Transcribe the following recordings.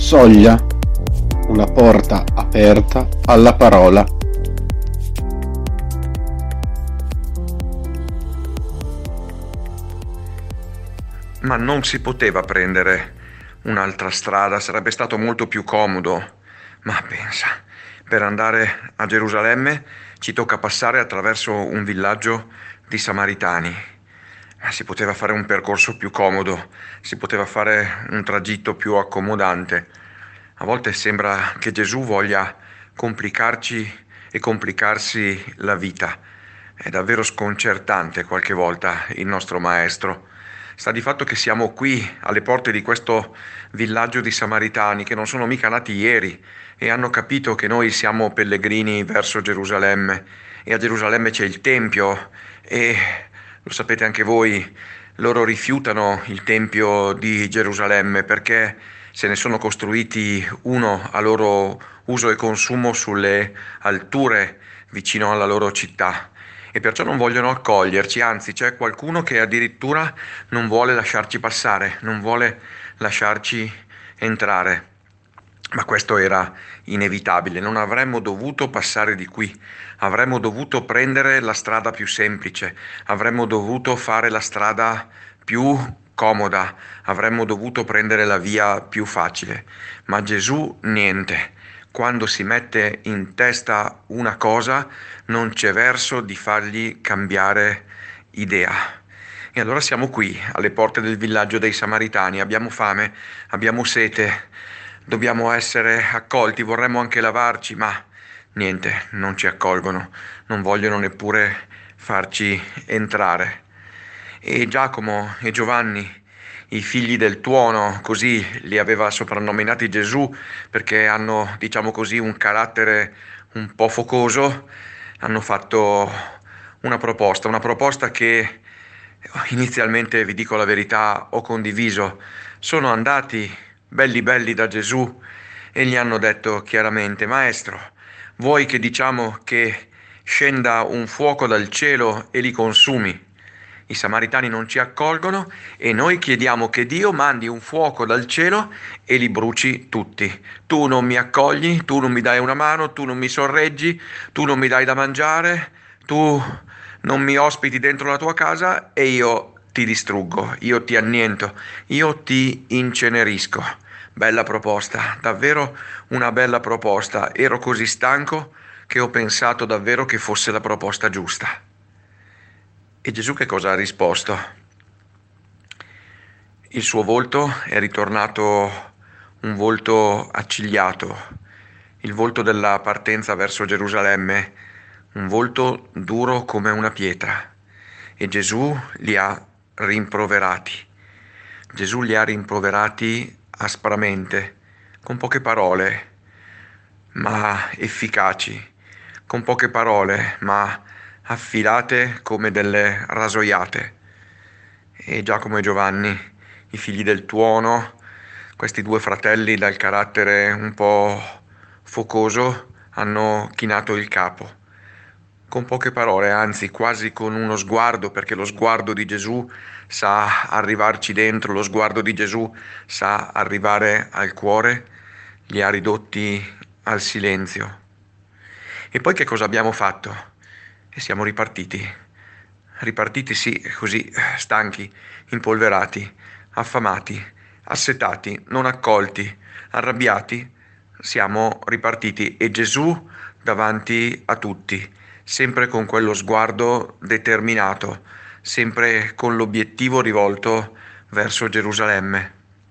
Soglia, una porta aperta alla parola. Ma non si poteva prendere un'altra strada, sarebbe stato molto più comodo. Ma pensa, per andare a Gerusalemme ci tocca passare attraverso un villaggio di Samaritani. Ma si poteva fare un percorso più comodo, si poteva fare un tragitto più accomodante. A volte sembra che Gesù voglia complicarci e complicarsi la vita. È davvero sconcertante qualche volta il nostro maestro. Sta di fatto che siamo qui alle porte di questo villaggio di Samaritani che non sono mica nati ieri e hanno capito che noi siamo pellegrini verso Gerusalemme e a Gerusalemme c'è il Tempio e lo sapete anche voi, loro rifiutano il Tempio di Gerusalemme perché se ne sono costruiti uno a loro uso e consumo sulle alture vicino alla loro città e perciò non vogliono accoglierci, anzi c'è qualcuno che addirittura non vuole lasciarci passare, non vuole lasciarci entrare. Ma questo era inevitabile, non avremmo dovuto passare di qui, avremmo dovuto prendere la strada più semplice, avremmo dovuto fare la strada più comoda, avremmo dovuto prendere la via più facile. Ma Gesù niente. Quando si mette in testa una cosa, non c'è verso di fargli cambiare idea. E allora siamo qui, alle porte del villaggio dei Samaritani, abbiamo fame, abbiamo sete, dobbiamo essere accolti, vorremmo anche lavarci, ma niente, non ci accolgono, non vogliono neppure farci entrare. E Giacomo e Giovanni, i figli del tuono, così li aveva soprannominati Gesù, perché hanno, diciamo così, un carattere un po' focoso, hanno fatto una proposta che inizialmente, vi dico la verità, ho condiviso. Sono andati belli belli da Gesù e gli hanno detto chiaramente: Maestro, vuoi che diciamo che scenda un fuoco dal cielo e li consumi? I Samaritani non ci accolgono e noi chiediamo che Dio mandi un fuoco dal cielo e li bruci tutti. Tu non mi accogli, tu non mi dai una mano, tu non mi sorreggi, tu non mi dai da mangiare, tu non mi ospiti dentro la tua casa e io ti distruggo, io ti anniento, io ti incenerisco. Bella proposta, davvero una bella proposta. Ero così stanco che ho pensato davvero che fosse la proposta giusta. E Gesù che cosa ha risposto? Il suo volto è ritornato un volto accigliato, il volto della partenza verso Gerusalemme, un volto duro come una pietra. E Gesù li ha rimproverati. Gesù li ha rimproverati aspramente, con poche parole, ma efficaci, con poche parole, ma affilate come delle rasoiate. E Giacomo e Giovanni, i figli del tuono, questi due fratelli dal carattere un po' focoso, hanno chinato il capo. Con poche parole, anzi quasi con uno sguardo, perché lo sguardo di Gesù sa arrivarci dentro, lo sguardo di Gesù sa arrivare al cuore, li ha ridotti al silenzio. E poi che cosa abbiamo fatto? E siamo ripartiti. Ripartiti, sì, così, stanchi, impolverati, affamati, assetati, non accolti, arrabbiati. Siamo ripartiti e Gesù davanti a tutti, sempre con quello sguardo determinato, sempre con l'obiettivo rivolto verso Gerusalemme.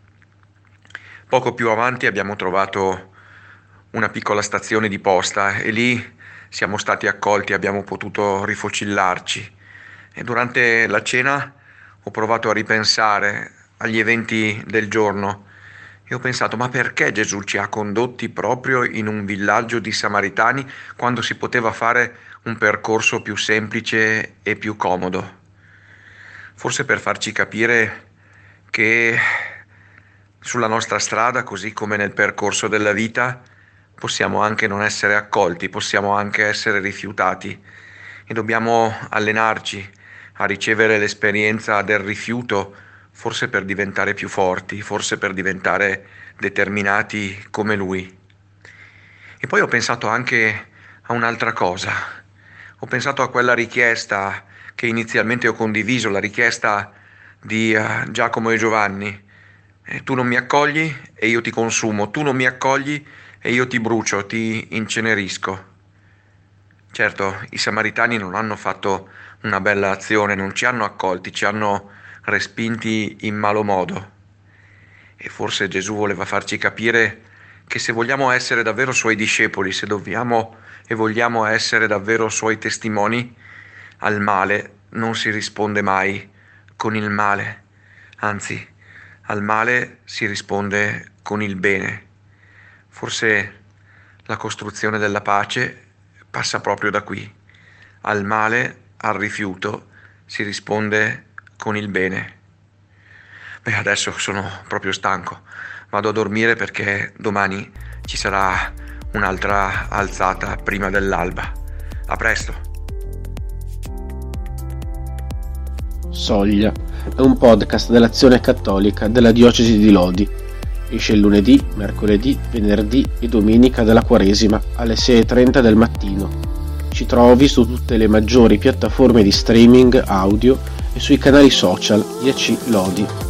Poco più avanti abbiamo trovato una piccola stazione di posta e lì siamo stati accolti, abbiamo potuto rifocillarci. E durante la cena ho provato a ripensare agli eventi del giorno e ho pensato: ma perché Gesù ci ha condotti proprio in un villaggio di Samaritani quando si poteva fare un percorso più semplice e più comodo? Forse per farci capire che sulla nostra strada, così come nel percorso della vita, possiamo anche non essere accolti, possiamo anche essere rifiutati e dobbiamo allenarci a ricevere l'esperienza del rifiuto forse per diventare più forti, forse per diventare determinati come lui. E poi ho pensato anche a un'altra cosa. Ho pensato a quella richiesta che inizialmente ho condiviso, la richiesta di Giacomo e Giovanni. Tu non mi accogli e io ti consumo, tu non mi accogli e io ti brucio, ti incenerisco. Certo, i samaritani non hanno fatto una bella azione, non ci hanno accolti, ci hanno respinti in malo modo. E forse Gesù voleva farci capire che se vogliamo essere davvero suoi discepoli, se dobbiamo e vogliamo essere davvero suoi testimoni, al male non si risponde mai con il male, anzi, al male si risponde con il bene. Forse la costruzione della pace passa proprio da qui. Al male, al rifiuto, si risponde con il bene. Beh, adesso sono proprio stanco. Vado a dormire perché domani ci sarà un'altra alzata prima dell'alba. A presto. Soglia è un podcast dell'Azione Cattolica della Diocesi di Lodi. Esce il lunedì, mercoledì, venerdì e domenica della Quaresima alle 6:30 del mattino. Ci trovi su tutte le maggiori piattaforme di streaming audio e sui canali social IAC Lodi.